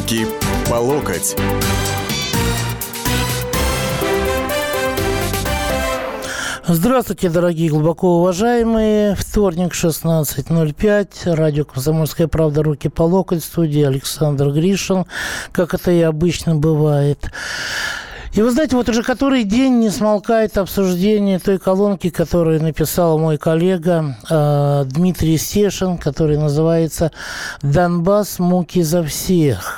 Руки по локоть. Здравствуйте, дорогие глубоко уважаемые. Вторник, 16:05. Радио «Комсомольская правда». Руки по локоть. В студии Александр Гришин, как это и обычно бывает. И вы знаете, вот уже который день не смолкает обсуждение той колонки, которую написал мой коллега Дмитрий Стешин, который называется «Донбасс. Муки за всех».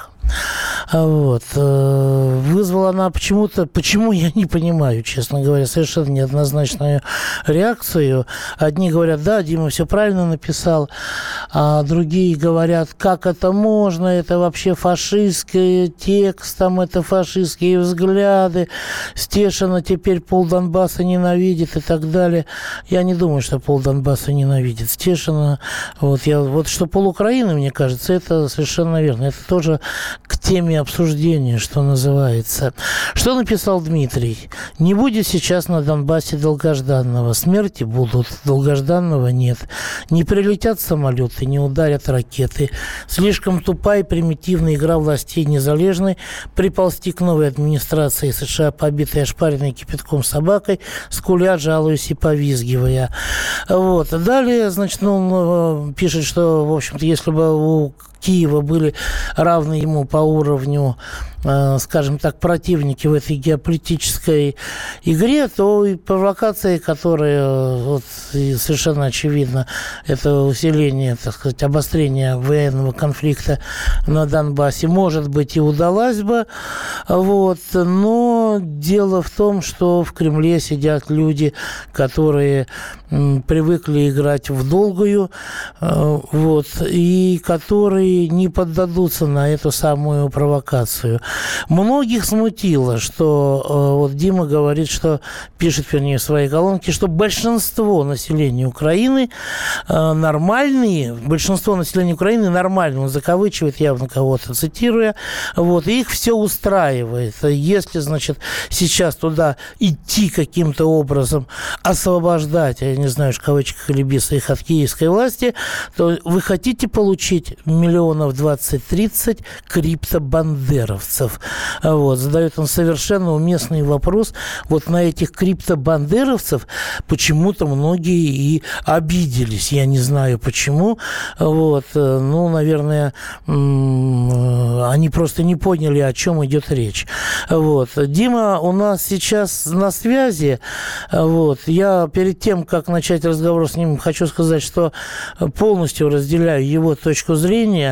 Вот. Вызвала она почему, я не понимаю, честно говоря, совершенно неоднозначную реакцию. Одни говорят, да, Дима все правильно написал, а другие говорят, как это можно, это вообще фашистский текст, там это фашистские взгляды, Стешина теперь пол Донбасса ненавидит и так далее. Я не думаю, что пол Донбасса ненавидит Стешина. Вот что пол Украины, мне кажется, это совершенно верно. Это тоже к теме обсуждения, что называется. Что написал Дмитрий? Не будет сейчас на Донбассе долгожданного. Смерти будут, долгожданного нет. Не прилетят самолеты, не ударят ракеты. Слишком тупая и примитивная игра властей незалежной приползти к новой администрации США, побитой, ошпаренной кипятком собакой, скуля, жалуясь и повизгивая. Вот. Далее, значит, он пишет, что, в общем-то, если бы у Киева были равны ему по уровню, скажем так, противники в этой геополитической игре, то и провокации, которые вот, совершенно очевидно, это усиление, так сказать, обострение военного конфликта на Донбассе, может быть, и удалась бы. Вот. Но дело в том, что в Кремле сидят люди, которые привыкли играть в долгую, вот, и которые не поддадутся на эту самую провокацию. Многих смутило, что вот Дима говорит, что пишет, вернее, в своей колонке, что большинство населения Украины нормальные, он закавычивает явно кого-то, цитируя, вот, и их все устраивает. Если, значит, сейчас туда идти каким-то образом, освобождать, я не знаю, в кавычках или без их от киевской власти, то вы хотите получить 20-30 криптобандеровцев. Вот. Задает он совершенно уместный вопрос. Вот на этих криптобандеровцев почему-то многие и обиделись. Я не знаю почему. Вот. Ну, наверное, они просто не поняли, о чем идет речь. Вот. Дима у нас сейчас на связи. Вот. Я перед тем, как начать разговор с ним, хочу сказать, что полностью разделяю его точку зрения.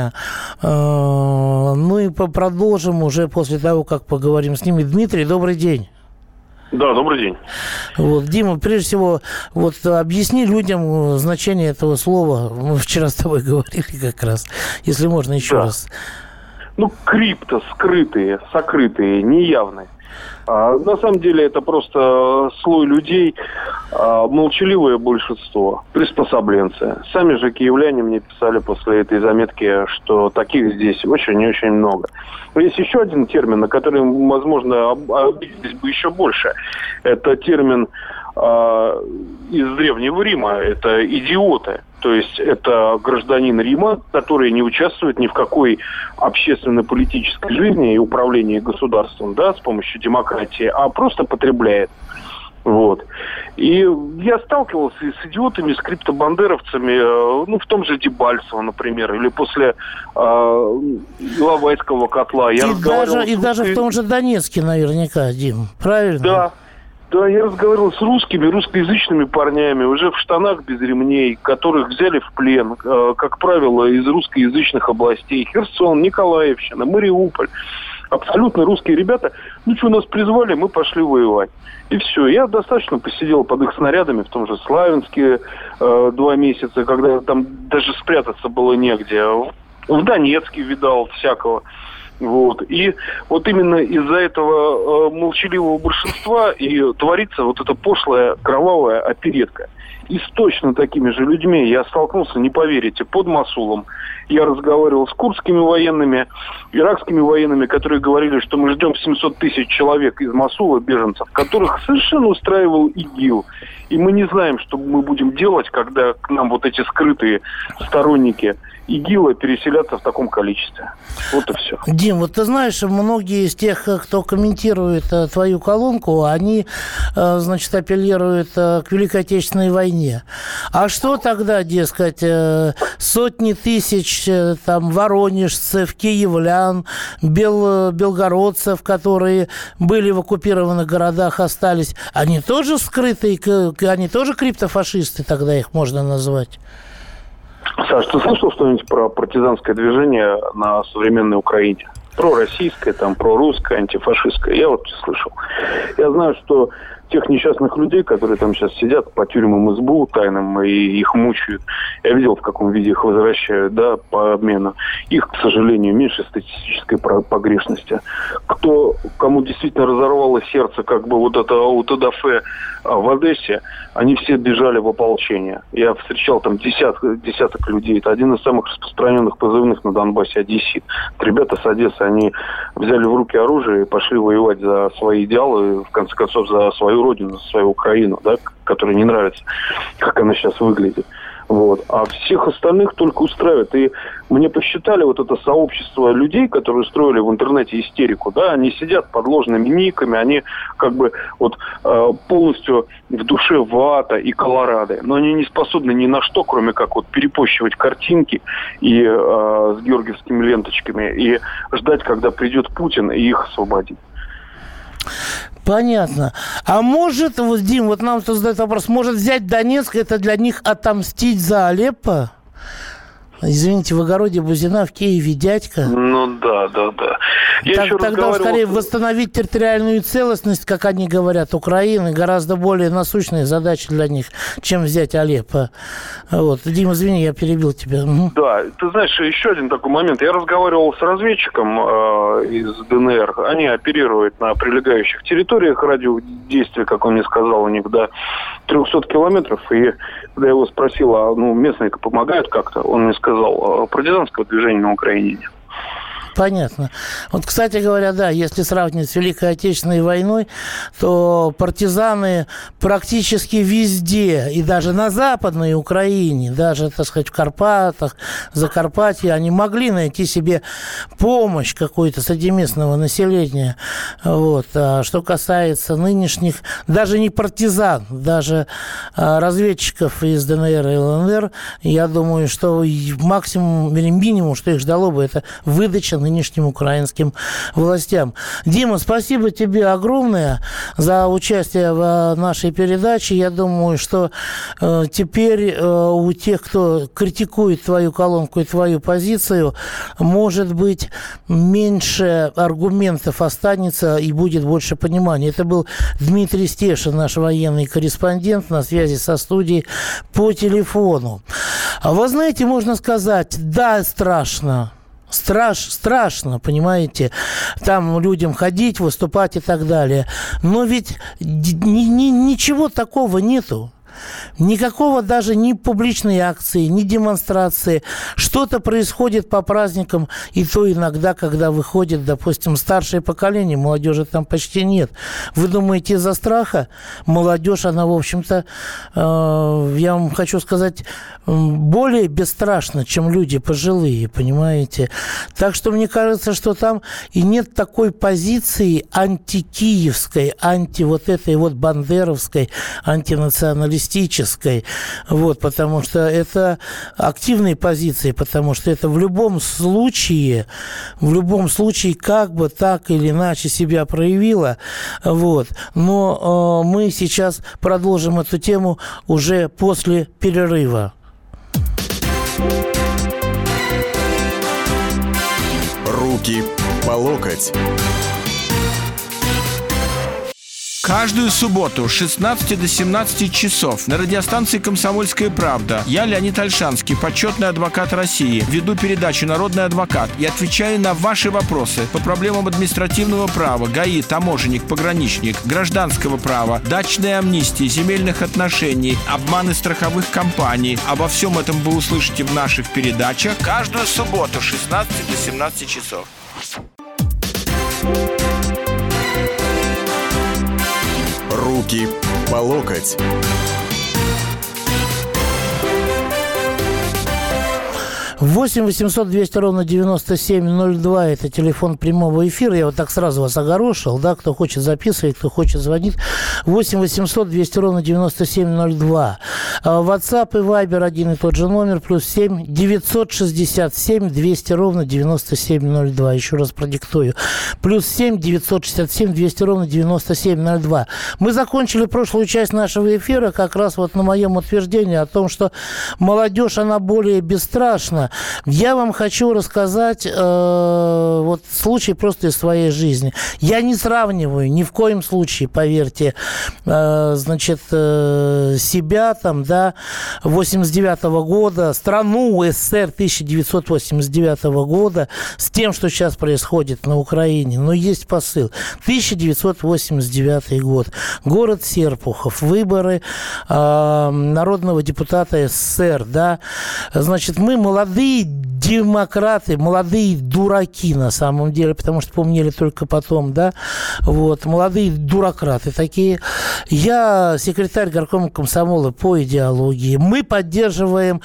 Ну и продолжим уже после того, как поговорим с ними. Дмитрий, добрый день. Да, добрый день. Вот, Дима, прежде всего, вот объясни людям значение этого слова. Мы вчера с тобой говорили как раз. Если можно еще раз. Ну, крипто, скрытые, сокрытые, неявные. На самом деле это просто слой людей, молчаливое большинство, приспособленцы. Сами же киевляне мне писали после этой заметки, что таких здесь очень и очень много. Но есть еще один термин, на который, возможно, обиделись бы еще больше. Это термин из Древнего Рима. Это идиоты. То есть это гражданин Рима, который не участвует ни в какой общественно-политической жизни и управлении государством, да, с помощью демократии, а просто потребляет. Вот. И я сталкивался и с идиотами, с криптобандеровцами, ну, в том же Дебальцево, например, или после Иловайского котла. И даже в том же Донецке наверняка, Дим, правильно? Да. Да, я разговаривал с русскоязычными парнями, уже в штанах без ремней, которых взяли в плен, как правило, из русскоязычных областей. Херсон, Николаевщина, Мариуполь. Абсолютно русские ребята. Ну что, нас призвали, мы пошли воевать. И все. Я достаточно посидел под их снарядами в том же Славянске 2 месяца, когда там даже спрятаться было негде. В Донецке видал всякого. Вот. И вот именно из-за этого молчаливого большинства и творится вот эта пошлая, кровавая оперетка. И с точно такими же людьми я столкнулся, не поверите, под Мосулом. Я разговаривал с курдскими военными, иракскими военными, которые говорили, что мы ждем 700 тысяч человек из Мосула, беженцев, которых совершенно устраивал ИГИЛ. И мы не знаем, что мы будем делать, когда к нам вот эти скрытые сторонники ИГИЛа переселятся в таком количестве. Вот и все. Дим, вот ты знаешь, многие из тех, кто комментирует твою колонку, они, значит, апеллируют к Великой Отечественной войне. А что тогда, дескать, сотни тысяч там воронежцев, киевлян, белгородцев, которые были в оккупированных городах, остались, они тоже скрытые, они тоже криптофашисты, тогда их можно назвать? Саш, ты слышал что-нибудь про партизанское движение на современной Украине? Пророссийское, там, прорусское, антифашистское. Я вот слышал. Я знаю, что тех несчастных людей, которые там сейчас сидят по тюрьмам СБУ тайным и их мучают, я видел, в каком виде их возвращают, да, по обмену. Их, к сожалению, меньше статистической погрешности. Кому действительно разорвало сердце, как бы вот это УТДФ в Одессе, они все бежали в ополчение. Я встречал там десяток людей. Это один из самых распространенных позывных на Донбассе — одессит. Ребята с Одессы, они взяли в руки оружие и пошли воевать за свои идеалы, в конце концов, за свою родину, за свою Украину, да, которая не нравится, как она сейчас выглядит. Вот. А всех остальных только устраивает. И мне посчитали вот это сообщество людей, которые устроили в интернете истерику, да, они сидят под ложными никами, они как бы вот полностью в душе вата и колорадо, но они не способны ни на что, кроме как вот перепощивать картинки и с георгиевскими ленточками и ждать, когда придет Путин и их освободит. Понятно. А может, вот, Дим, вот нам тут задают вопрос, может взять Донецк, это для них отомстить за Алеппо? Извините, в огороде Бузина, в Киеве дядька. Ну да. Тогда скорее восстановить территориальную целостность, как они говорят, Украины, гораздо более насущная задача для них, чем взять Алеппо. Вот. Дима, извини, я перебил тебя. Да, ты знаешь, еще один такой момент. Я разговаривал с разведчиком из ДНР. Они оперируют на прилегающих территориях, радиодействие, как он мне сказал, у них до 300 километров. И когда я его спросил, а местные помогают как-то, он мне сказал, партизанского движения на Украине нет. Понятно. Вот, кстати говоря, да, если сравнивать с Великой Отечественной войной, то партизаны практически везде, и даже на Западной Украине, даже, так сказать, в Карпатах, Закарпатье, они могли найти себе помощь какую-то среди местного населения. Вот. А что касается нынешних, даже не партизан, даже разведчиков из ДНР и ЛНР, я думаю, что максимум или минимум, что их ждало бы, это выдача нынешним украинским властям. Дима, спасибо тебе огромное за участие в нашей передаче. Я думаю, что теперь у тех, кто критикует твою колонку и твою позицию, может быть, меньше аргументов останется и будет больше понимания. Это был Дмитрий Стешин, наш военный корреспондент, на связи со студией по телефону. Вы знаете, можно сказать, да, страшно. Страшно, понимаете, там людям ходить, выступать и так далее. Но ведь ничего такого нету. Никакого даже ни публичной акции, ни демонстрации. Что-то происходит по праздникам, и то иногда, когда выходит, допустим, старшее поколение, молодежи там почти нет. Вы думаете, из-за страха? Молодежь, она, в общем-то, я вам хочу сказать, более бесстрашна, чем люди пожилые, понимаете? Так что мне кажется, что там и нет такой позиции антикиевской, вот этой вот бандеровской, антинационалистической, вот, потому что это активные позиции, потому что это в любом случае, как бы так или иначе себя проявило, вот. Но мы сейчас продолжим эту тему уже после перерыва. Руки по локоть. Каждую субботу с 16 до 17 часов на радиостанции «Комсомольская правда» я, Леонид Ольшанский, почетный адвокат России, веду передачу «Народный адвокат» и отвечаю на ваши вопросы по проблемам административного права, ГАИ, таможенник, пограничник, гражданского права, дачной амнистии, земельных отношений, обманы страховых компаний. Обо всем этом вы услышите в наших передачах каждую субботу с 16 до 17 часов. Руки по локоть. 8-800-200-97-02 – это телефон прямого эфира. Я вот так сразу вас огорошил, да, кто хочет записывать, кто хочет звонит. 8-800-200-97-02. WhatsApp и Viber один и тот же номер, +7 967 200-97-02. Еще раз продиктую. +7 967 200-97-02. Мы закончили прошлую часть нашего эфира как раз вот на моем утверждении о том, что молодежь, она более бесстрашна. Я вам хочу рассказать вот случай просто из своей жизни. Я не сравниваю ни в коем случае, поверьте, значит, себя там, да, 89-го года, страну СССР 1989 года с тем, что сейчас происходит на Украине. Но есть посыл. 1989 год. Город Серпухов. Выборы народного депутата СССР, да. Значит, мы молодые демократы, молодые дураки на самом деле, потому что помнили только потом, да, вот, молодые дуракраты такие. Я секретарь горкома комсомола по идеологии. Мы поддерживаем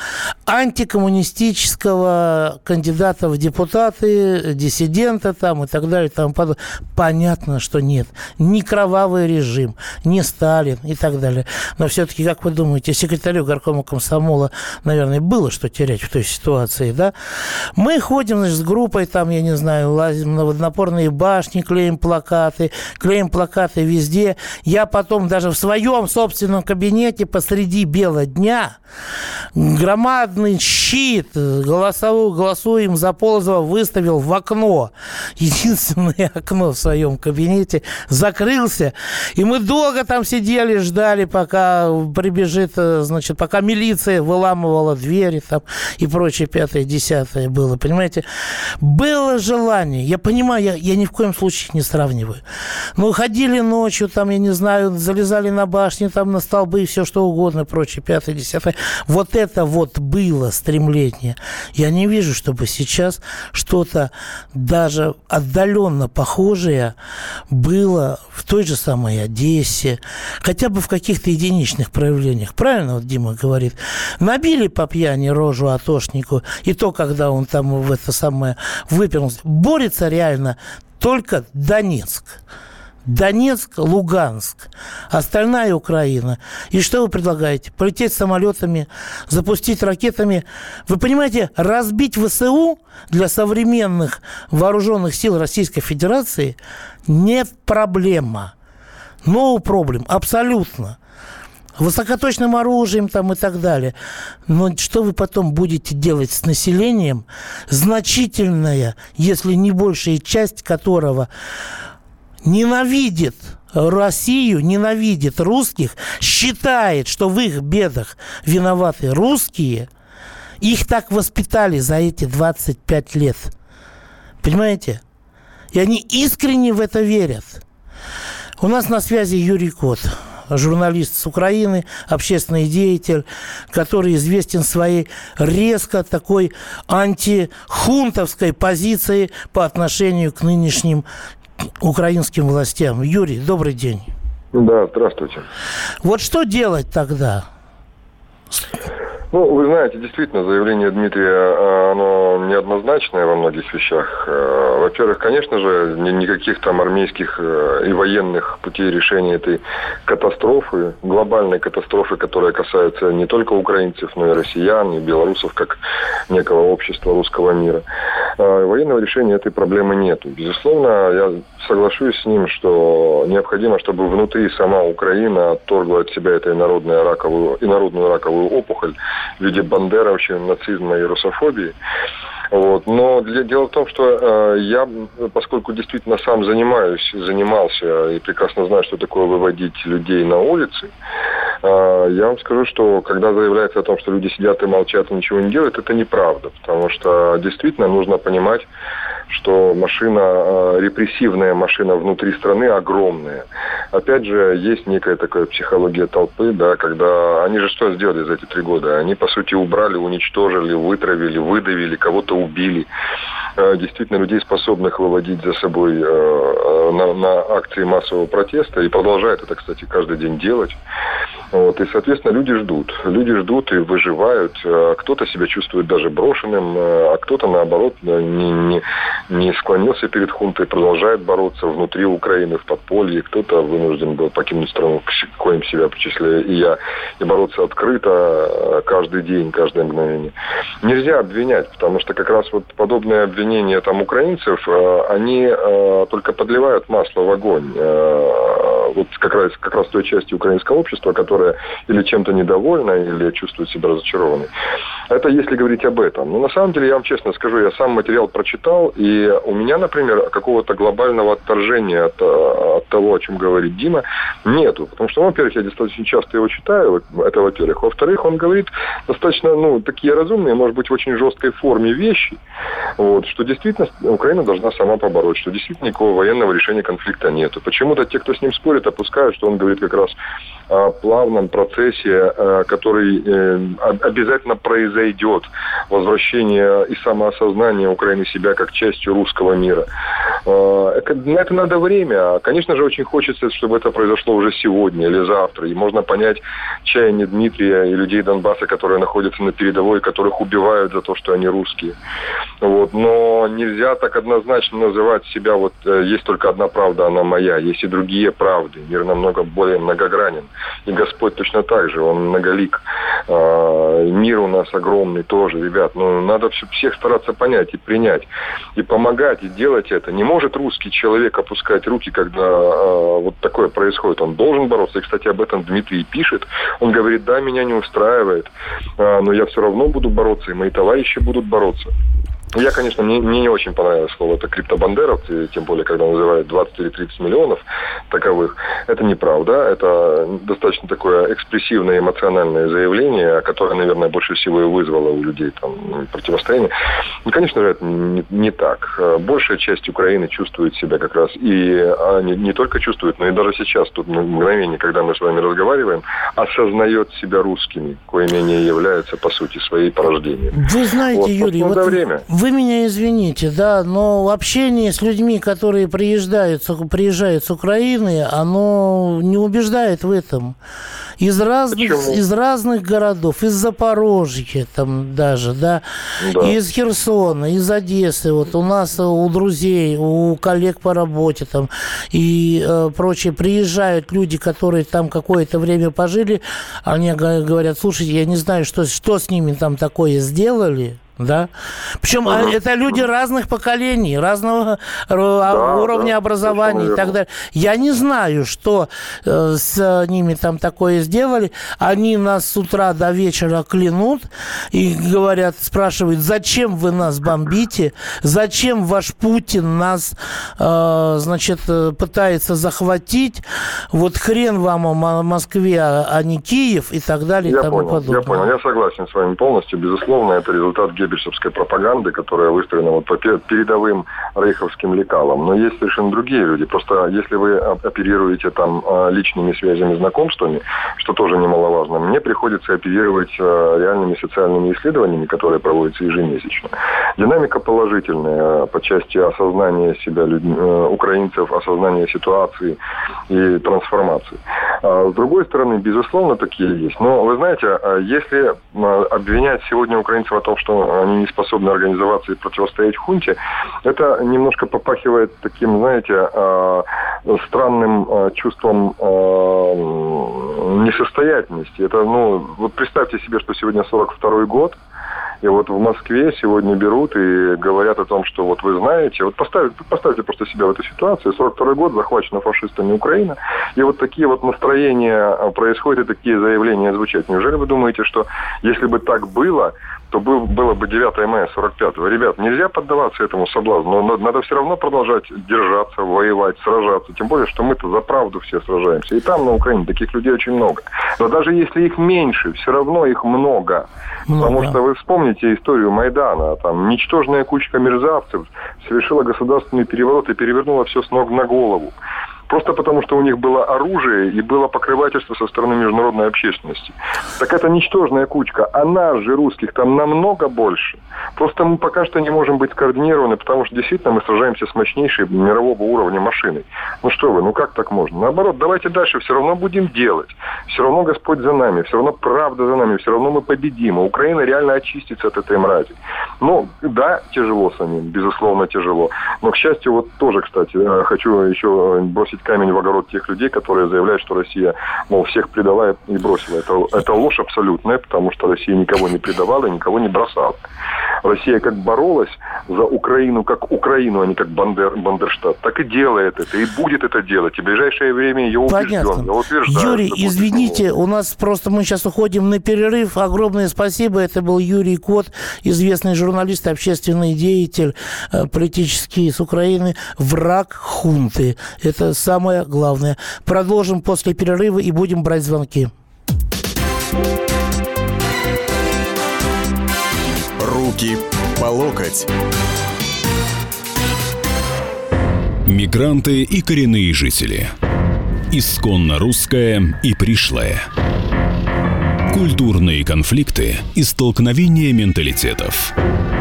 антикоммунистического кандидата в депутаты, диссидента там и так далее. Там подобное. Понятно, что нет. Ни кровавый режим, ни Сталин и так далее. Но все-таки, как вы думаете, секретарю горкома комсомола, наверное, было что терять в той ситуации, да? Мы ходим, значит, с группой, там, я не знаю, лазим на водонапорные башни, клеим плакаты везде. Я потом даже в своем собственном кабинете посреди бела дня громадный щит «Голосуем за Полозова» выставил в окно. Единственное окно в своем кабинете. Закрылся. И мы долго там сидели, ждали, пока прибежит, значит, пока милиция выламывала двери там и прочее, 5-10 было. Понимаете? Было желание. Я понимаю, я ни в коем случае не сравниваю. Но ходили ночью, там, я не знаю, залезали на башни, там, на столбы и все что угодно, прочее, 5-10. Вот это вот было стремление. Я не вижу, чтобы сейчас что-то даже отдаленно похожее было в той же самой Одессе, хотя бы в каких-то единичных проявлениях. Правильно вот Дима говорит? Набили по пьяни рожу атошнику, и то, когда он там в это самое выпернулся. Борется реально только Донецк. Донецк, Луганск, остальная Украина. И что вы предлагаете? Полететь самолетами, запустить ракетами. Вы понимаете, разбить ВСУ для современных вооруженных сил Российской Федерации не проблема. No problem, абсолютно. Высокоточным оружием там и так далее. Но что вы потом будете делать с населением, значительная, если не большая часть которого ненавидит Россию, ненавидит русских, считает, что в их бедах виноваты русские. Их так воспитали за эти 25 лет. Понимаете? И они искренне в это верят. У нас на связи Юрий Кот, журналист с Украины, общественный деятель, который известен своей резко такой антихунтовской позицией по отношению к нынешним украинским властям. Юрий, добрый день. Да, здравствуйте. Вот что делать тогда? Ну, вы знаете, действительно, заявление Дмитрия, оно неоднозначное во многих вещах. Во-первых, конечно же, никаких там армейских и военных путей решения этой катастрофы, глобальной катастрофы, которая касается не только украинцев, но и россиян, и белорусов, как некого общества русского мира. Военного решения этой проблемы нету. Безусловно, я соглашусь с ним, что необходимо, чтобы внутри сама Украина отторгла от себя эту инородную раковую опухоль в виде бандеровщины, нацизма и русофобии. Вот. Но дело в том, что я, поскольку действительно сам занимался и прекрасно знаю, что такое выводить людей на улицы, я вам скажу, что когда заявляется о том, что люди сидят и молчат и ничего не делают, это неправда. Потому что действительно нужно понимать, что машина, репрессивная машина внутри страны огромная. Опять же, есть некая такая психология толпы, да, когда они же что сделали за эти 3 года? Они, по сути, убрали, уничтожили, вытравили, выдавили, кого-то убили. Действительно, людей, способных выводить за собой на акции массового протеста, и продолжают это, кстати, каждый день делать. Вот, и, соответственно, люди ждут и выживают. Кто-то себя чувствует даже брошенным, а кто-то, наоборот, не склонился перед хунтой, продолжает бороться внутри Украины, в подполье. Кто-то вынужден был покинуть страну, к коим себя причисляю и я, и бороться открыто каждый день, каждое мгновение. Нельзя обвинять, потому что как раз вот подобные обвинения там украинцев, они только подливают масло в огонь. Вот как раз той части украинского общества, которая или чем-то недовольна, или чувствует себя разочарованной. Это если говорить об этом. Но на самом деле, я вам честно скажу, я сам материал прочитал, и у меня, например, какого-то глобального отторжения от того, о чем говорит Дима, нету. Потому что, во-первых, я достаточно часто его читаю, это во-первых. Во-вторых, он говорит достаточно, такие разумные, может быть, в очень жесткой форме вещи, вот, что действительно Украина должна сама побороть, что действительно никакого военного решения конфликта нету. Почему-то те, кто с ним спорит, опускают, что он говорит как раз о плавном процессе, который обязательно произойдет, возвращение и самоосознание Украины себя как частью русского мира. На это надо время. Конечно же, очень хочется, чтобы это произошло уже сегодня или завтра. И можно понять чаяние Дмитрия и людей Донбасса, которые находятся на передовой, которых убивают за то, что они русские. Вот. Но нельзя так однозначно называть себя, вот есть только одна правда, она моя. Есть и другие правды. Мир намного более многогранен. И Господь точно так же, Он многолик. Мир у нас огромный тоже, ребят. Но надо всех стараться понять и принять. И помогать, и делать это. Не может русский человек опускать руки, когда вот такое происходит. Он должен бороться. И, кстати, об этом Дмитрий пишет. Он говорит, да, меня не устраивает, но я все равно буду бороться, и мои товарищи будут бороться. Я, конечно, мне не очень понравилось слово это криптобандеровцы, тем более, когда называют 20 или 30 миллионов таковых. Это неправда. Это достаточно такое экспрессивное, эмоциональное заявление, которое, наверное, больше всего и вызвало у людей там противостояние. И, конечно же, это не так. Большая часть Украины чувствует себя как раз, и не только чувствует, но и даже сейчас, тут на мгновение, когда мы с вами разговариваем, осознает себя русскими, коими они являются, по сути, своей по рождению. Вы знаете, вот, Юрий, вот время. Вы меня извините, да, но общение с людьми, которые приезжают с Украины, оно не убеждает в этом. Из разных городов, из Запорожья там даже, да, из Херсона, из Одессы, вот у нас, у друзей, у коллег по работе там и прочее, приезжают люди, которые там какое-то время пожили, они говорят, слушайте, я не знаю, что с ними там такое сделали. Да? Причем это люди разных поколений, разного уровня образования и так далее. Я не знаю, что с ними там такое сделали. Они нас с утра до вечера клянут и говорят, спрашивают, зачем вы нас бомбите, зачем ваш Путин нас, пытается захватить, вот хрен вам о Москве, а не Киев и так далее. Я понял, я согласен с вами полностью. Безусловно, это результат геббельсовской пропаганды, которая выстроена вот по передовым рейховским лекалам. Но есть совершенно другие люди. Просто если вы оперируете там личными связями, знакомствами, что тоже немаловажно, мне приходится оперировать реальными социальными исследованиями, которые проводятся ежемесячно. Динамика положительная по части осознания себя украинцев, осознания ситуации и трансформации. С другой стороны, безусловно, такие есть. Но вы знаете, если обвинять сегодня украинцев о том, что они не способны организоваться и противостоять хунте, это немножко попахивает таким, знаете, странным чувством несостоятельности. Это, вот представьте себе, что сегодня 42-й год, и вот в Москве сегодня берут и говорят о том, что вот вы знаете, вот поставьте просто себя в эту ситуацию, 42-й год, захвачена фашистами Украина, и вот такие вот настроения происходят, и такие заявления звучат. Неужели вы думаете, что если бы так было, то было бы 9 мая 45-го. Ребят, нельзя поддаваться этому соблазну, но надо все равно продолжать держаться, воевать, сражаться. Тем более, что мы-то за правду все сражаемся. И там, на Украине, таких людей очень много. Но даже если их меньше, все равно их много. Потому что вы вспомните историю Майдана. Там ничтожная кучка мерзавцев совершила государственный переворот и перевернула все с ног на голову. Просто потому, что у них было оружие и было покрывательство со стороны международной общественности. Так это ничтожная кучка. А нас же, русских, там намного больше. Просто мы пока что не можем быть скоординированы, потому что действительно мы сражаемся с мощнейшей мирового уровня машиной. Ну что вы, как так можно? Наоборот, давайте дальше, все равно будем делать. Все равно Господь за нами, все равно правда за нами, все равно мы победим. И Украина реально очистится от этой мрази. Да, тяжело самим, безусловно, тяжело. Но, к счастью, вот тоже, кстати, хочу еще бросить камень в огород тех людей, которые заявляют, что Россия, всех предала и бросила. Это ложь абсолютная, потому что Россия никого не предавала и никого не бросала. Россия как боролась за Украину, как Украину, а не как Бандерштат, так и делает это, и будет это делать. И в ближайшее время я убежден, я утверждаю. Юрий, извините, у нас мы сейчас уходим на перерыв. Огромное спасибо. Это был Юрий Кот, известный журналист, общественный деятель, политический с Украины, враг хунты. Это самое главное. Продолжим после перерыва и будем брать звонки. Руки по локоть. Мигранты и коренные жители. Исконно русское и пришлое. Культурные конфликты и столкновения менталитетов.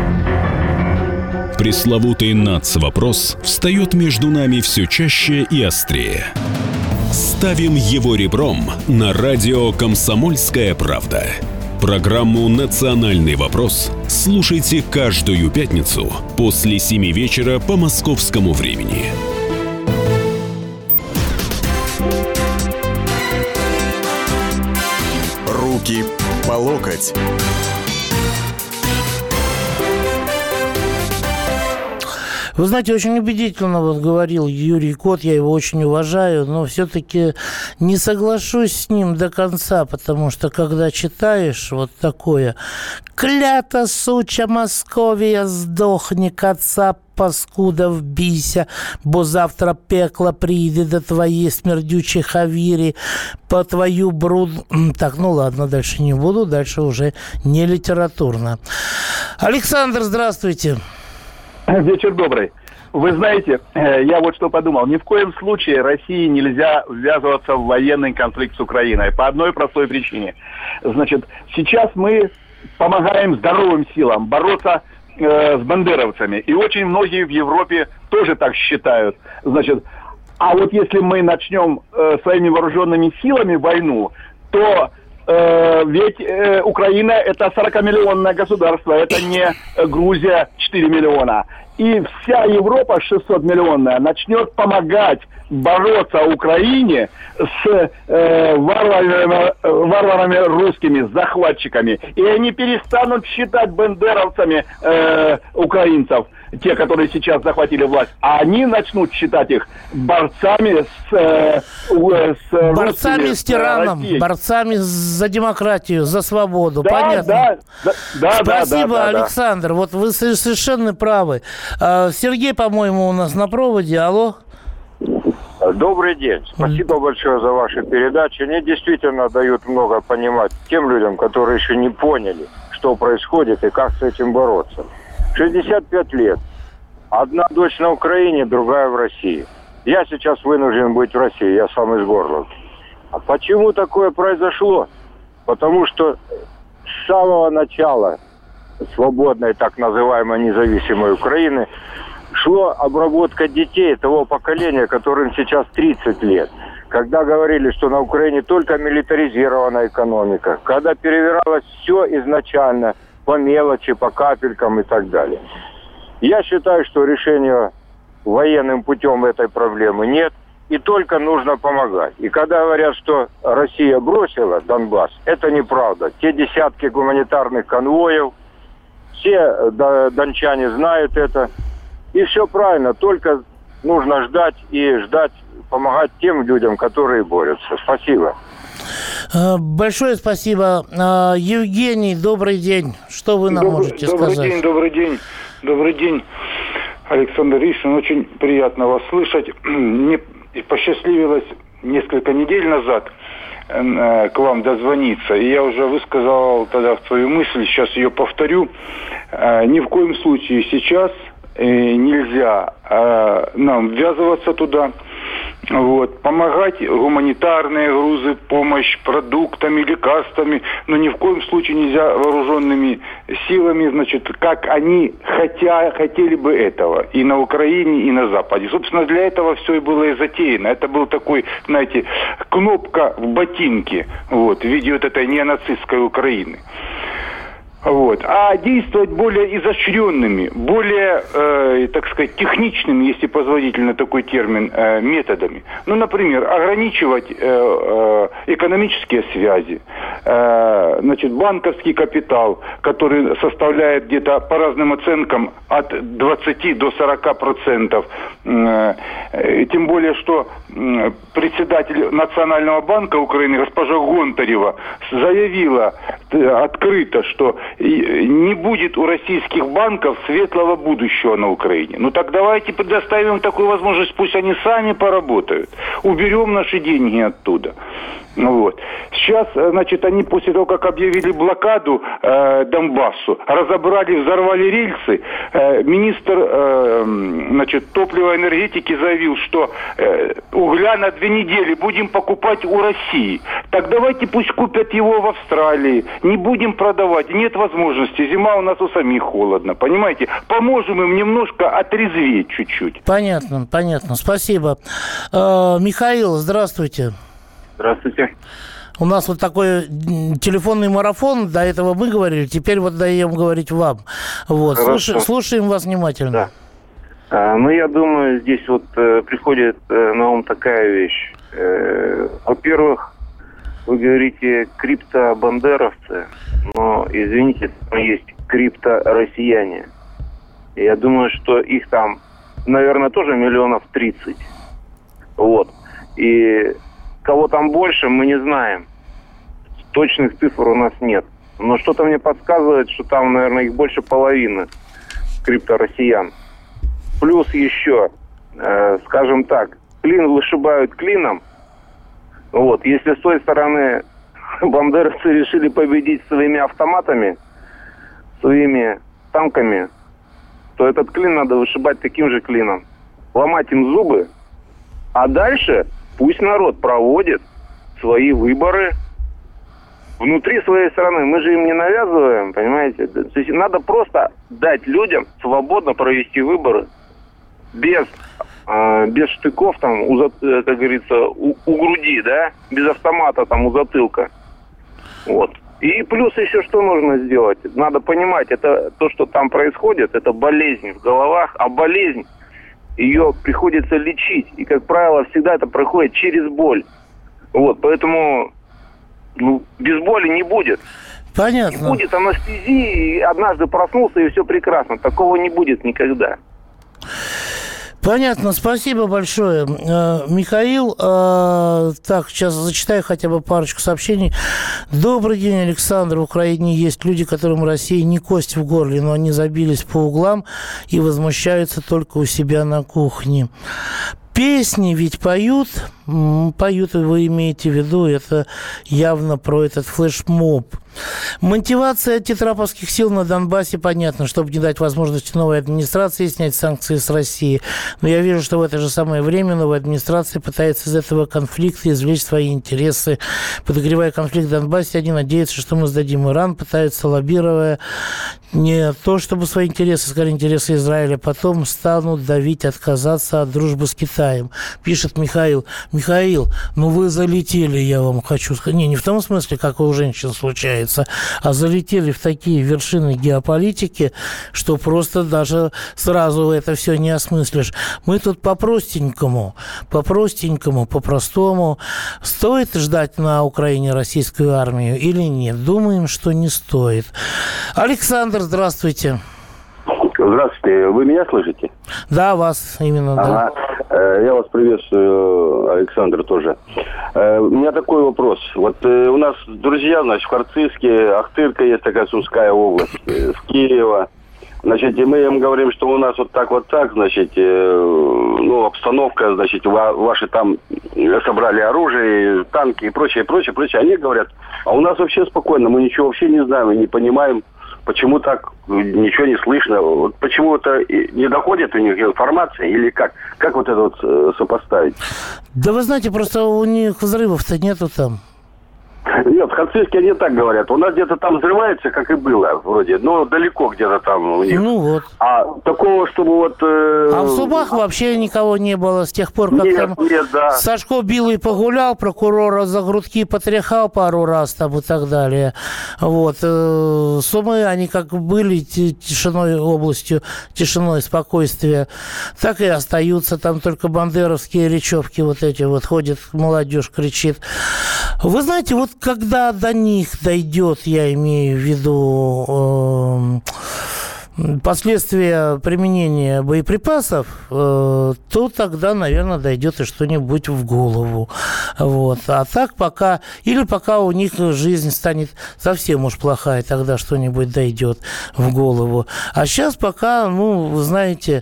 Пресловутый нацвопрос встает между нами все чаще и острее. Ставим его ребром на радио «Комсомольская правда». Программу «Национальный вопрос» слушайте каждую пятницу после 7 вечера по московскому времени. Руки по локоть. Вы знаете, очень убедительно говорил Юрий Кот, я его очень уважаю, но все-таки не соглашусь с ним до конца, потому что когда читаешь вот такое: «Клята, суча Московія, сдохни, каца, паскуда, вбійся, бо завтра пекло прийде до твоей смердючей хавири, по твою бруд...» Так, ладно, дальше не буду, дальше уже не литературно. Александр, здравствуйте. Вечер добрый. Вы знаете, я вот что подумал. Ни в коем случае России нельзя ввязываться в военный конфликт с Украиной. По одной простой причине. Значит, сейчас мы помогаем здоровым силам бороться с бандеровцами. И очень многие в Европе тоже так считают. Значит, а вот если мы начнем своими вооруженными силами войну, то ведь Украина это 40-миллионное государство, это не Грузия 4 миллиона. И вся Европа 600-миллионная начнет помогать бороться Украине с варварами русскими, с захватчиками. И они перестанут считать бандеровцами украинцев, те, которые сейчас захватили власть, а они начнут считать их борцами с борцами с тираном, борцами за демократию, за свободу. Да, понятно? Да, спасибо, Александр. Вот вы совершенно правы. Сергей, по-моему, у нас на проводе. Алло. Добрый день. Спасибо большое за ваши передачи. Они действительно дают много понимать тем людям, которые еще не поняли, что происходит и как с этим бороться. 65 лет. Одна дочь на Украине, другая в России. Я сейчас вынужден быть в России, я сам из Горловки. А почему такое произошло? Потому что с самого начала свободной, так называемой, независимой Украины шла обработка детей того поколения, которым сейчас 30 лет. Когда говорили, что на Украине только милитаризированная экономика, когда перевиралось все изначально по мелочи, по капелькам и так далее. Я считаю, что решения военным путем этой проблемы нет, и только нужно помогать. И когда говорят, что Россия бросила Донбасс, это неправда. Те десятки гуманитарных конвоев, все дончане знают это. И все правильно, только нужно ждать, помогать тем людям, которые борются. Спасибо. Большое спасибо. Евгений, добрый день. Что вы нам можете сказать? Добрый день, Александр Гришин. Очень приятно вас слышать. Мне посчастливилось несколько недель назад к вам дозвониться. И я уже высказал тогда свою мысль, сейчас ее повторю. Ни в коем случае сейчас нельзя нам ввязываться туда. Вот, помогать гуманитарные грузы, помощь продуктами, лекарствами, но ни в коем случае нельзя вооруженными силами, значит, как они хотели бы этого и на Украине, и на Западе. Собственно, для этого все и было и затеяно. Это был такой, знаете, кнопка в ботинке, вот, в виде вот этой неонацистской Украины. Вот. А действовать более изощренными, более, так сказать, техничными, если позволительно такой термин, методами. Ну, например, ограничивать экономические связи, значит, банковский капитал, который составляет где-то по разным оценкам от 20 до 40%. Тем более, что председатель Национального банка Украины госпожа Гонтарева заявила открыто, что не будет у российских банков светлого будущего на Украине. Ну так давайте предоставим такую возможность, пусть они сами поработают. Уберем наши деньги оттуда. Вот. Сейчас, значит, они после того, как объявили блокаду Донбассу, разобрали, взорвали рельсы, министр значит, топлива и энергетики заявил, что угля на 2 недели будем покупать у России. Так давайте пусть купят его в Австралии. Не будем продавать. Нет возможности. Зима у нас у самих холодно. Понимаете? Поможем им немножко отрезветь чуть-чуть. Понятно. Спасибо. Михаил, здравствуйте. Здравствуйте. У нас вот такой телефонный марафон. До этого мы говорили, теперь вот даем говорить вам. Вот. Слушаем вас внимательно. Да. Ну, я думаю, здесь вот приходит на ум такая вещь. Во-первых, вы говорите криптобандеровцы, но, извините, там есть крипто-россияне. Я думаю, что их там, наверное, тоже 30 миллионов. Вот. И кого там больше, мы не знаем. Точных цифр у нас нет. Но что-то мне подсказывает, что там, наверное, их больше половины крипто-россиян. Плюс еще, скажем так, клин вышибают клином. Вот. Если с той стороны бандеровцы решили победить своими автоматами, своими танками, то этот клин надо вышибать таким же клином. Ломать им зубы, а дальше пусть народ проводит свои выборы внутри своей страны. Мы же им не навязываем, понимаете? То есть надо просто дать людям свободно провести выборы. Без штыков там, как говорится, у груди, да? Без автомата там у затылка. Вот. И плюс еще что нужно сделать? Надо понимать, это то, что там происходит, это болезнь в головах, а болезнь ее приходится лечить. И, как правило, всегда это проходит через боль. Вот, поэтому без боли не будет. Понятно. Не будет анестезии, и однажды проснулся, и все прекрасно. Такого не будет никогда. Понятно, спасибо большое, Михаил. Так, сейчас зачитаю хотя бы парочку сообщений. Добрый день, Александр. В Украине есть люди, которым Россия не кость в горле, но они забились по углам и возмущаются только у себя на кухне. Песни ведь поют, вы имеете в виду, это явно про этот флешмоб. Мотивация тетраповских сил на Донбассе понятна, чтобы не дать возможности новой администрации снять санкции с России. Но я вижу, что в это же самое время новая администрация пытается из этого конфликта извлечь свои интересы. Подогревая конфликт в Донбассе, они надеются, что мы сдадим Иран, пытаются, лоббируя не то, чтобы свои интересы, скорее интересы Израиля, потом станут давить, отказаться от дружбы с Китаем. Пишет Михаил. Михаил, вы залетели, я вам хочу сказать. Не в том смысле, как у женщин случается, а залетели в такие вершины геополитики, что просто даже сразу это все не осмыслишь. Мы тут по-простенькому, по-простому. Стоит ждать на Украине российскую армию или нет? Думаем, что не стоит. Александр, здравствуйте. Здравствуйте. Вы меня слышите? Да, вас именно, да. Я вас приветствую, Александр, тоже. У меня такой вопрос. Вот у нас друзья, значит, в Харциске, Ахтырка есть такая Сумская область, с Киева. Значит, и мы им говорим, что у нас вот так, значит, ну, обстановка, значит, ваши там собрали оружие, танки и прочее. Они говорят, а у нас вообще спокойно, мы ничего вообще не знаем и не понимаем, почему так, ничего не слышно. Вот почему это не доходит у них информация или как? Как вот это вот сопоставить? Да вы знаете, просто у них взрывов-то нету там. Нет, в Харциске они так говорят. У нас где-то там взрывается, как и было, вроде. Но далеко где-то там у них. Ну вот. А такого, чтобы вот... А в Сумах вообще никого не было с тех пор, как нет, да. Сашко Билый погулял, прокурора за грудки потряхал пару раз там и так далее. Вот. Сумы, они как были тишиной областью, тишиной спокойствия, так и остаются. Там только бандеровские речевки вот эти вот ходят, молодежь кричит. Вы знаете, вот когда до них дойдет, я имею в виду последствия применения боеприпасов, то тогда, наверное, дойдет и что-нибудь в голову. Вот. А так пока... Или пока у них жизнь станет совсем уж плохая, тогда что-нибудь дойдет в голову. А сейчас пока, ну, вы знаете,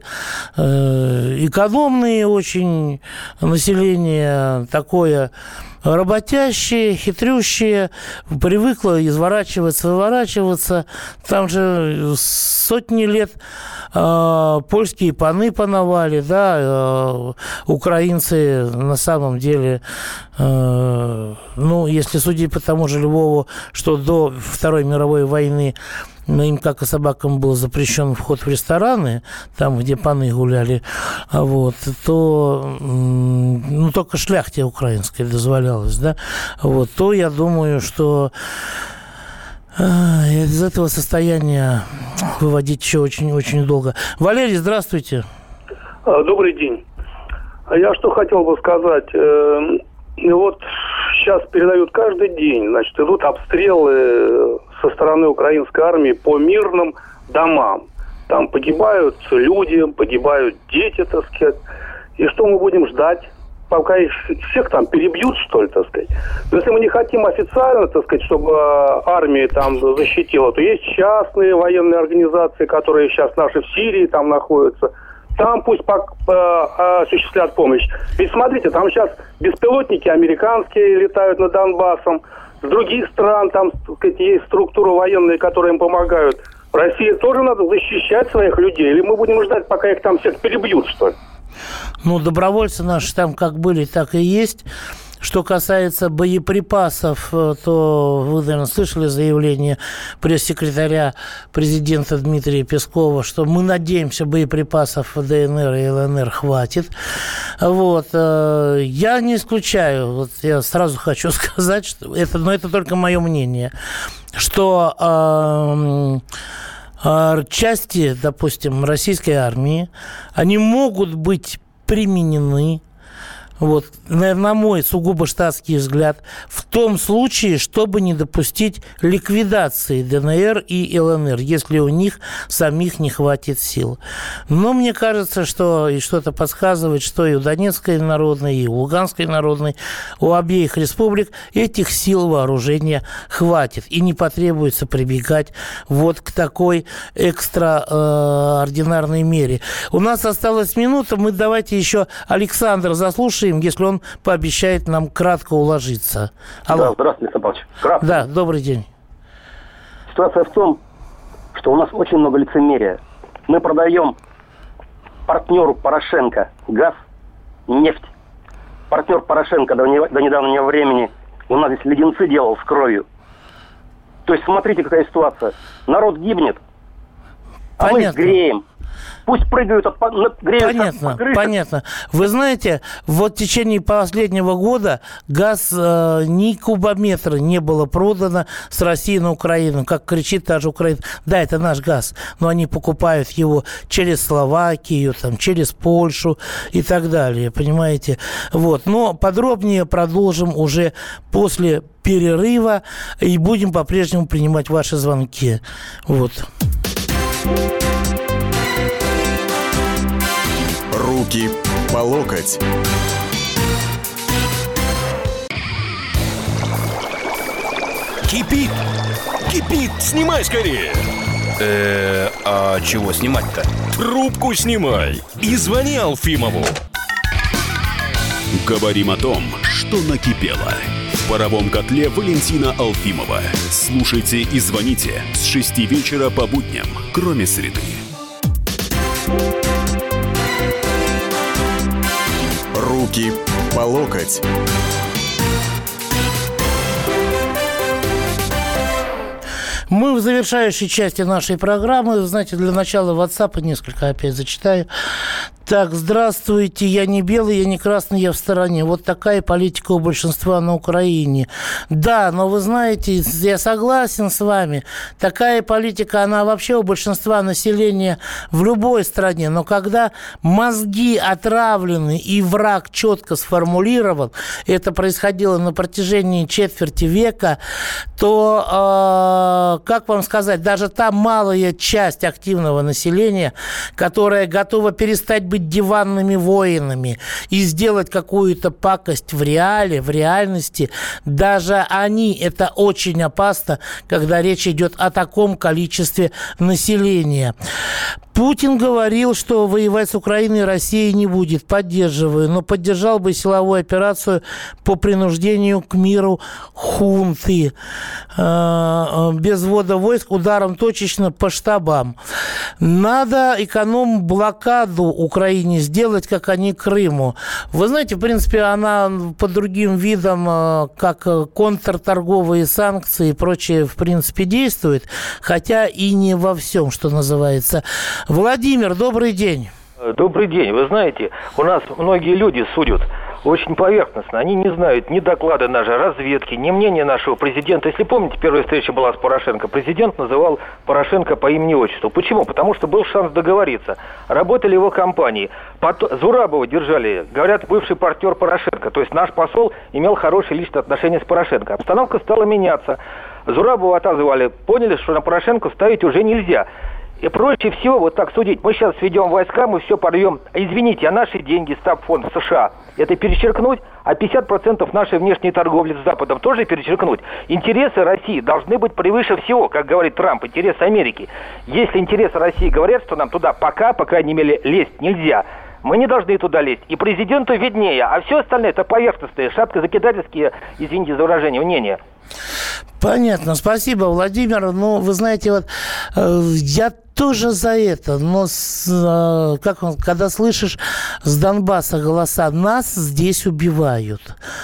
экономные очень население такое... Работящие, хитрющие, привыкло изворачиваться, выворачиваться. Там же сотни лет польские паны пановали, да, украинцы на самом деле, ну, если судить по тому же Львову, что до Второй мировой войны им, как и собакам, был запрещен вход в рестораны, там, где паны гуляли, вот, то, ну, только шляхте украинской дозволялось, да, вот, то я думаю, что из этого состояния выводить еще очень-очень долго. Валерий, здравствуйте. Добрый день. Я что хотел бы сказать. Вот сейчас передают каждый день, значит, идут обстрелы со стороны украинской армии по мирным домам. Там погибают люди, погибают дети, так сказать. И что мы будем ждать? Пока их всех там перебьют, что ли, так сказать. Но если мы не хотим официально, так сказать, чтобы армия там защитила, то есть частные военные организации, которые сейчас наши в Сирии там находятся. Там пусть осуществляют помощь. Ведь смотрите, там сейчас беспилотники американские летают над Донбассом. С других стран там, так сказать, есть структуры военные, которые им помогают. России тоже надо защищать своих людей. Или мы будем ждать, пока их там всех перебьют, что ли? Ну, добровольцы наши там как были, так и есть. Что касается боеприпасов, то вы, наверное, слышали заявление пресс-секретаря президента Дмитрия Пескова, что мы надеемся, боеприпасов в ДНР и ЛНР хватит. Вот. Я не исключаю, вот я сразу хочу сказать, что это, но это только мое мнение, что части, допустим, российской армии, они могут быть применены, вот, на мой сугубо штатский взгляд, в том случае, чтобы не допустить ликвидации ДНР и ЛНР, если у них самих не хватит сил. Но мне кажется, что и что-то подсказывает, что и у Донецкой народной, и у Луганской народной, у обеих республик этих сил вооружения хватит. И не потребуется прибегать вот к такой экстраординарной мере. У нас осталась минута, мы давайте еще Александра заслушаем, если он пообещает нам кратко уложиться. Алло. Да, здравствуйте, Александр Павлович. Кратко. Да, добрый день. Ситуация в том, что у нас очень много лицемерия. Мы продаем партнеру Порошенко газ, нефть. Партнер Порошенко до недавнего времени у нас здесь леденцы делал с кровью. То есть смотрите, какая ситуация. Народ гибнет, а мы греем. Пусть прыгают греются. Понятно. Вы знаете, вот в течение последнего года газ ни кубометра не было продано с России на Украину. Как кричит та же Украина. Да, это наш газ, но они покупают его через Словакию, там, через Польшу и так далее. Понимаете? Вот. Но подробнее продолжим уже после перерыва и будем по-прежнему принимать ваши звонки. Вот. Руки по по локоть. Кипит! Кипит! Снимай скорее! А чего снимать-то? Трубку снимай и звони Алфимову. Говорим о том, что накипело. В паровом котле Валентина Алфимова. Слушайте и звоните с 6 вечера по будням, кроме среды. Руки по локоть. Мы в завершающей части нашей программы. Знаете, для начала WhatsApp несколько опять зачитаю. Так, здравствуйте, я не белый, я не красный, я в стороне. Вот такая политика у большинства на Украине. Да, но вы знаете, я согласен с вами. Такая политика, она вообще у большинства населения в любой стране. Но когда мозги отравлены и враг четко сформулировал, это происходило на протяжении четверти века, то, как вам сказать, даже та малая часть активного населения, которая готова перестать быть диванными воинами и сделать какую-то пакость в реальности, даже они, это очень опасно, когда речь идет о таком количестве населения. Путин говорил, что воевать с Украиной Россия не будет. Поддерживаю. Но поддержал бы силовую операцию по принуждению к миру хунты. Без ввода войск, ударом точечно по штабам. Надо эконом-блокаду Украине сделать, как они Крыму. Вы знаете, в принципе, она под другим видом, как контрторговые санкции и прочее, в принципе, действует. Хотя и не во всем, что называется. Владимир, добрый день. Добрый день. Вы знаете, у нас многие люди судят очень поверхностно. Они не знают ни доклада нашей разведки, ни мнения нашего президента. Если помните, первая встреча была с Порошенко. Президент называл Порошенко по имени-отчеству. Почему? Потому что был шанс договориться. Работали его компании. Зурабова держали, говорят, бывший партнер Порошенко. То есть наш посол имел хорошие личные отношения с Порошенко. Обстановка стала меняться. Зурабова отозвали. Поняли, что на Порошенко ставить уже нельзя. И проще всего вот так судить. Мы сейчас сведем войска, мы все порвем. Извините, а наши деньги, стабфонд в США, это перечеркнуть, а 50% нашей внешней торговли с Западом тоже перечеркнуть. Интересы России должны быть превыше всего, как говорит Трамп, интересы Америки. Если интересы России говорят, что нам туда пока, по крайней мере, лезть нельзя, мы не должны туда лезть. И президенту виднее, а все остальное это поверхностные, шапкозакидательские, извините за выражение, мнения. Понятно, спасибо, Владимир. Ну, вы знаете, вот я тоже за это, но когда слышишь с Донбасса голоса, нас здесь убивают,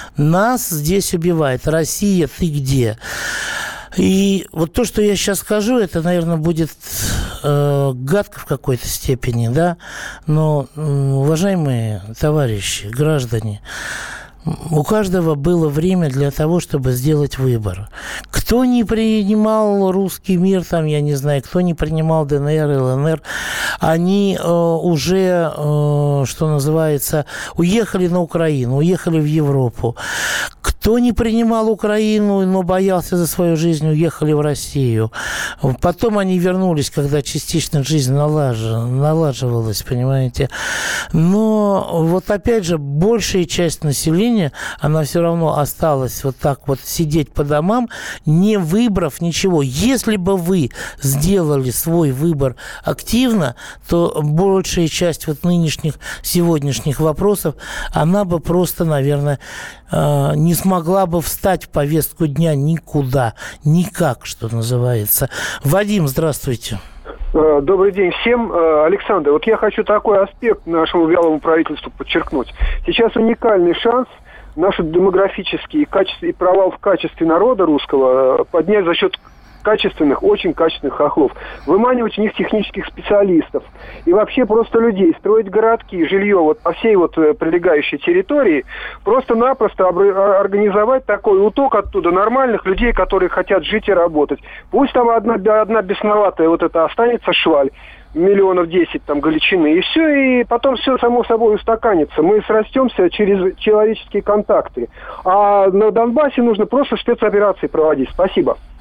Россия, ты где? И вот то, что я сейчас скажу, это, наверное, будет гадко в какой-то степени, да, но, уважаемые товарищи, граждане, у каждого было время для того, чтобы сделать выбор. Кто не принимал русский мир, там, я не знаю, кто не принимал ДНР, ЛНР, они уже, что называется, уехали на Украину, уехали в Европу. Кто не принимал Украину, но боялся за свою жизнь, уехали в Россию. Потом они вернулись, когда частично жизнь налаживалась, понимаете. Но вот опять же, большая часть населения, она все равно осталась вот так вот сидеть по домам, не выбрав ничего. Если бы вы сделали свой выбор активно, то большая часть вот нынешних, сегодняшних вопросов, она бы просто, наверное, не смогла бы встать в повестку дня никуда, никак, что называется. Вадим, здравствуйте. Добрый день всем. Александр, вот я хочу такой аспект нашему вялому правительству подчеркнуть. Сейчас уникальный шанс наш демографический и провал в качестве народа русского поднять за счет качественных, очень качественных хохлов. Выманивать у них технических специалистов. И вообще просто людей. Строить городки, жилье вот по всей вот прилегающей территории. Просто-напросто организовать такой уток оттуда нормальных людей, которые хотят жить и работать. Пусть там одна бесноватая вот это останется шваль. 10 миллионов там Галичины, и все, и потом все само собой устаканится. Мы срастемся через человеческие контакты. А на Донбассе нужно просто спецоперации проводить. Спасибо.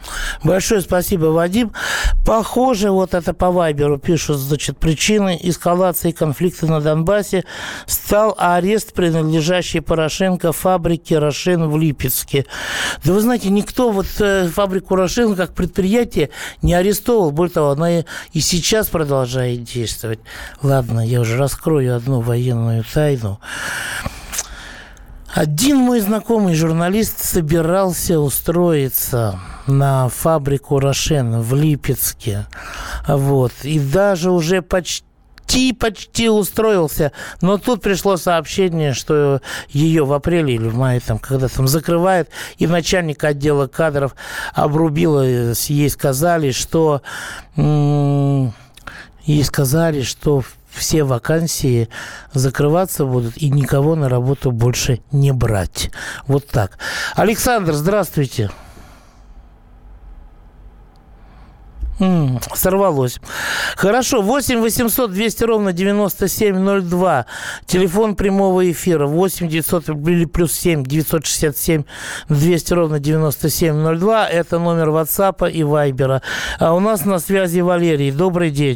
Большое спасибо, Вадим. Похоже, вот это по Вайберу пишут, значит, причиной эскалации конфликта на Донбассе стал арест принадлежащей Порошенко фабрики «Рошен» в Липецке. Да вы знаете, никто вот фабрику «Рошен» как предприятие не арестовал. Более того, она и сейчас продолжает действовать. Ладно, я уже раскрою одну военную тайну. Один мой знакомый журналист собирался устроиться на фабрику «Рошен» в Липецке. Вот. И даже уже почти устроился. Но тут пришло сообщение, что ее в апреле или в мае, там, когда там закрывают, и начальник отдела кадров обрубила, ей сказали, что все вакансии закрываться будут и никого на работу больше не брать. Вот так. Александр, здравствуйте. Сорвалось. Хорошо. 8 800 200 ровно 9702. Телефон прямого эфира. 8 900 или плюс 7 967 200 ровно 9702. Это номер WhatsApp и Вайбера. А у нас на связи Валерий. Добрый день.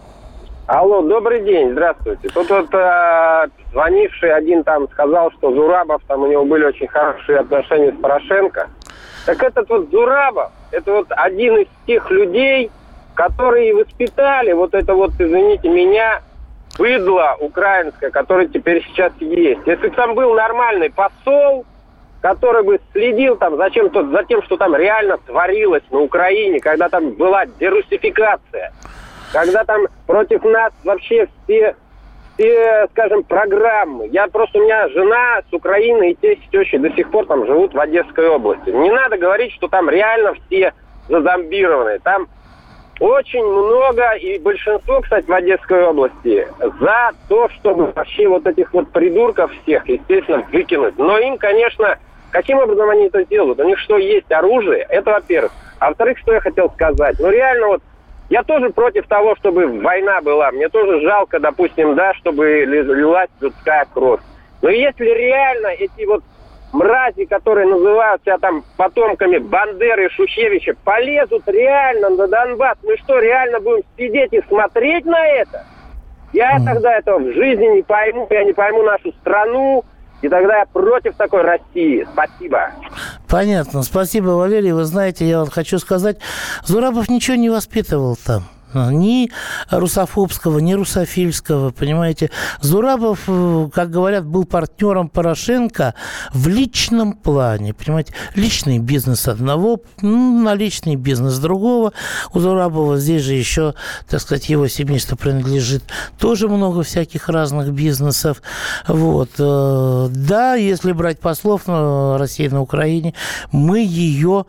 Алло, добрый день, здравствуйте. Тут вот звонивший один там сказал, что Зурабов, там у него были очень хорошие отношения с Порошенко. Так этот вот Зурабов, это вот один из тех людей, которые воспитали вот это вот, извините меня, быдло украинское, которое теперь сейчас есть. Если бы там был нормальный посол, который бы следил там за тем, что там реально творилось на Украине, когда там была дерусификация, когда там против нас вообще все, скажем, программы. У меня жена с Украины и тесть с тещей до сих пор там живут в Одесской области. Не надо говорить, что там реально все зазомбированы. Там очень много, и большинство, кстати, в Одесской области, за то, чтобы вообще вот этих вот придурков всех, естественно, выкинуть. Но им, конечно, каким образом они это делают? У них что, есть оружие? Это, во-первых. А во-вторых, что я хотел сказать? Реально вот я тоже против того, чтобы война была. Мне тоже жалко, допустим, да, чтобы лилась людская кровь. Но если реально эти вот мрази, которые называют себя там потомками Бандеры и Шухевича, полезут реально на Донбасс, мы что, реально будем сидеть и смотреть на это? Я тогда этого в жизни не пойму, я не пойму нашу страну, и тогда я против такой России. Спасибо. Понятно. Спасибо, Валерий. Вы знаете, я вот хочу сказать, Зурабов ничего не воспитывал там. Ни русофобского, ни русофильского, понимаете. Зурабов, как говорят, был партнером Порошенко в личном плане, понимаете. Личный бизнес одного, на личный бизнес другого. У Зурабова здесь же еще, так сказать, его семейство принадлежит тоже много всяких разных бизнесов. Вот. Да, если брать послов России на Украине, мы ее,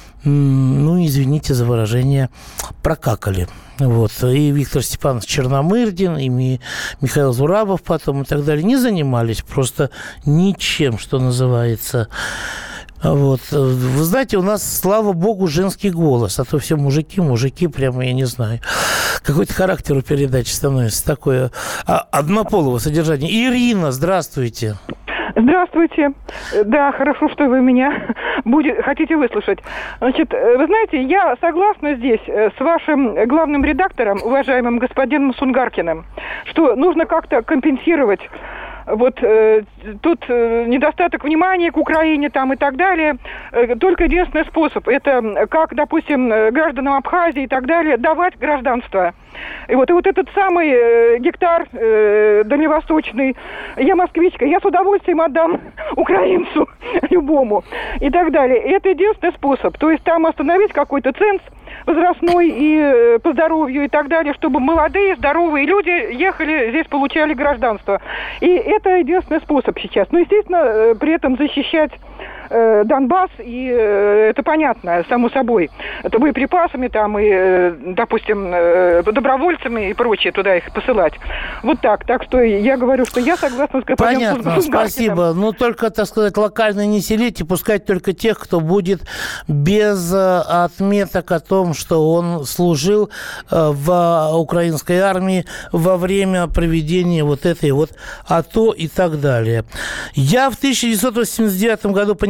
извините за выражение, прокакали. Вот. И Виктор Степанович Черномырдин, и Михаил Зурабов потом и так далее не занимались просто ничем, что называется. Вот. Вы знаете, у нас, слава богу, женский голос, а то все мужики, прямо, я не знаю, какой-то характер у передачи становится такое однополого содержания. Ирина, здравствуйте. Здравствуйте. Да, хорошо, что вы меня хотите выслушать. Значит, вы знаете, я согласна здесь с вашим главным редактором, уважаемым господином Сунгаркиным, что нужно как-то компенсировать вот тут недостаток внимания к Украине там и так далее. Только единственный способ, это как, допустим, гражданам Абхазии и так далее давать гражданство. И вот этот самый гектар дальневосточный, я москвичка, я с удовольствием отдам украинцу любому и так далее. И это единственный способ. То есть там остановить какой-то ценз возрастной и по здоровью и так далее, чтобы молодые, здоровые люди ехали здесь, получали гражданство. И это единственный способ сейчас. Ну, естественно, при этом защищать Донбасс, и это понятно, само собой. Это боеприпасами там и, допустим, добровольцами и прочее туда их посылать. Вот так. Так что я говорю, что я согласна с господином Сунгаркиным. Понятно, спасибо. Но только, так сказать, локально не селить и пускать только тех, кто будет без отметок о том, что он служил в украинской армии во время проведения вот этой вот АТО и так далее. Я в 1989 году понимал,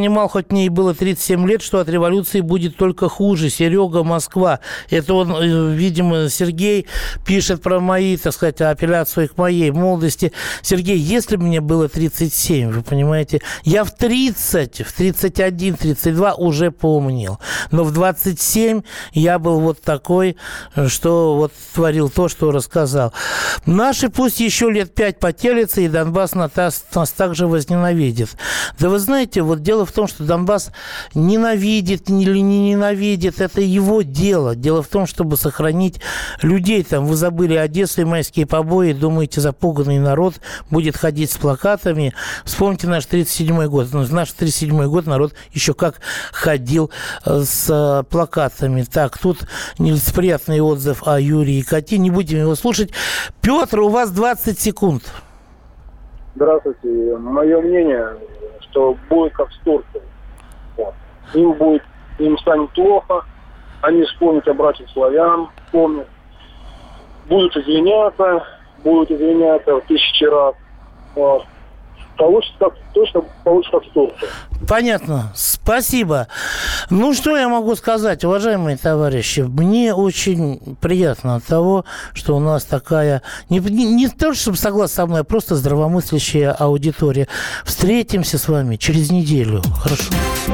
понимал, хоть мне и было 37 лет, что от революции будет только хуже. Серега, Москва. Это он, видимо, Сергей пишет про мои, так сказать, апелляцию к моей молодости. Сергей, если бы мне было 37, вы понимаете, я в 30, в 31, 32 уже поумнел. Но в 27 я был вот такой, что вот творил то, что рассказал. Наши пусть еще лет 5 потелятся, и Донбасс нас также возненавидит. Да вы знаете, вот дело в том, что Донбасс ненавидит или не ненавидит, это его дело. Дело в том, чтобы сохранить людей. Там вы забыли Одессу и майские побои, думаете, запуганный народ будет ходить с плакатами. Вспомните наш 37-й год. Наш 37-й год народ еще как ходил с плакатами. Так, тут нелицеприятный отзыв о Юрии Коти. Не будем его слушать. Петр, у вас 20 секунд. Здравствуйте. Мое мнение, что будет как с Турцией. Вот. Им станет плохо, они вспомнят о братьях славян, вспомнят. Будут извиняться в тысячи раз. Вот. Точно получится как с Турцией. Понятно. Спасибо. Ну, что я могу сказать, уважаемые товарищи? Мне очень приятно от того, что у нас такая... Не то, чтобы согласна со мной, а просто здравомыслящая аудитория. Встретимся с вами через неделю. Хорошо.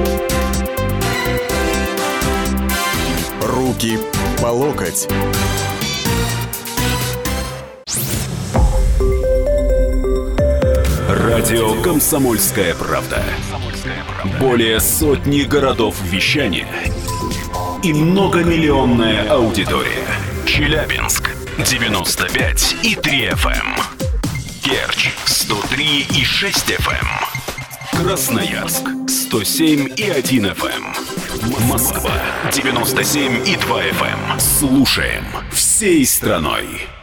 Руки по локоть. Радио «Комсомольская правда». Более сотни городов вещания и многомиллионная аудитория. Челябинск 95,3 FM. Керчь 103,6 FM. Красноярск 107,1 FM. Москва 97,2 FM. Слушаем всей страной.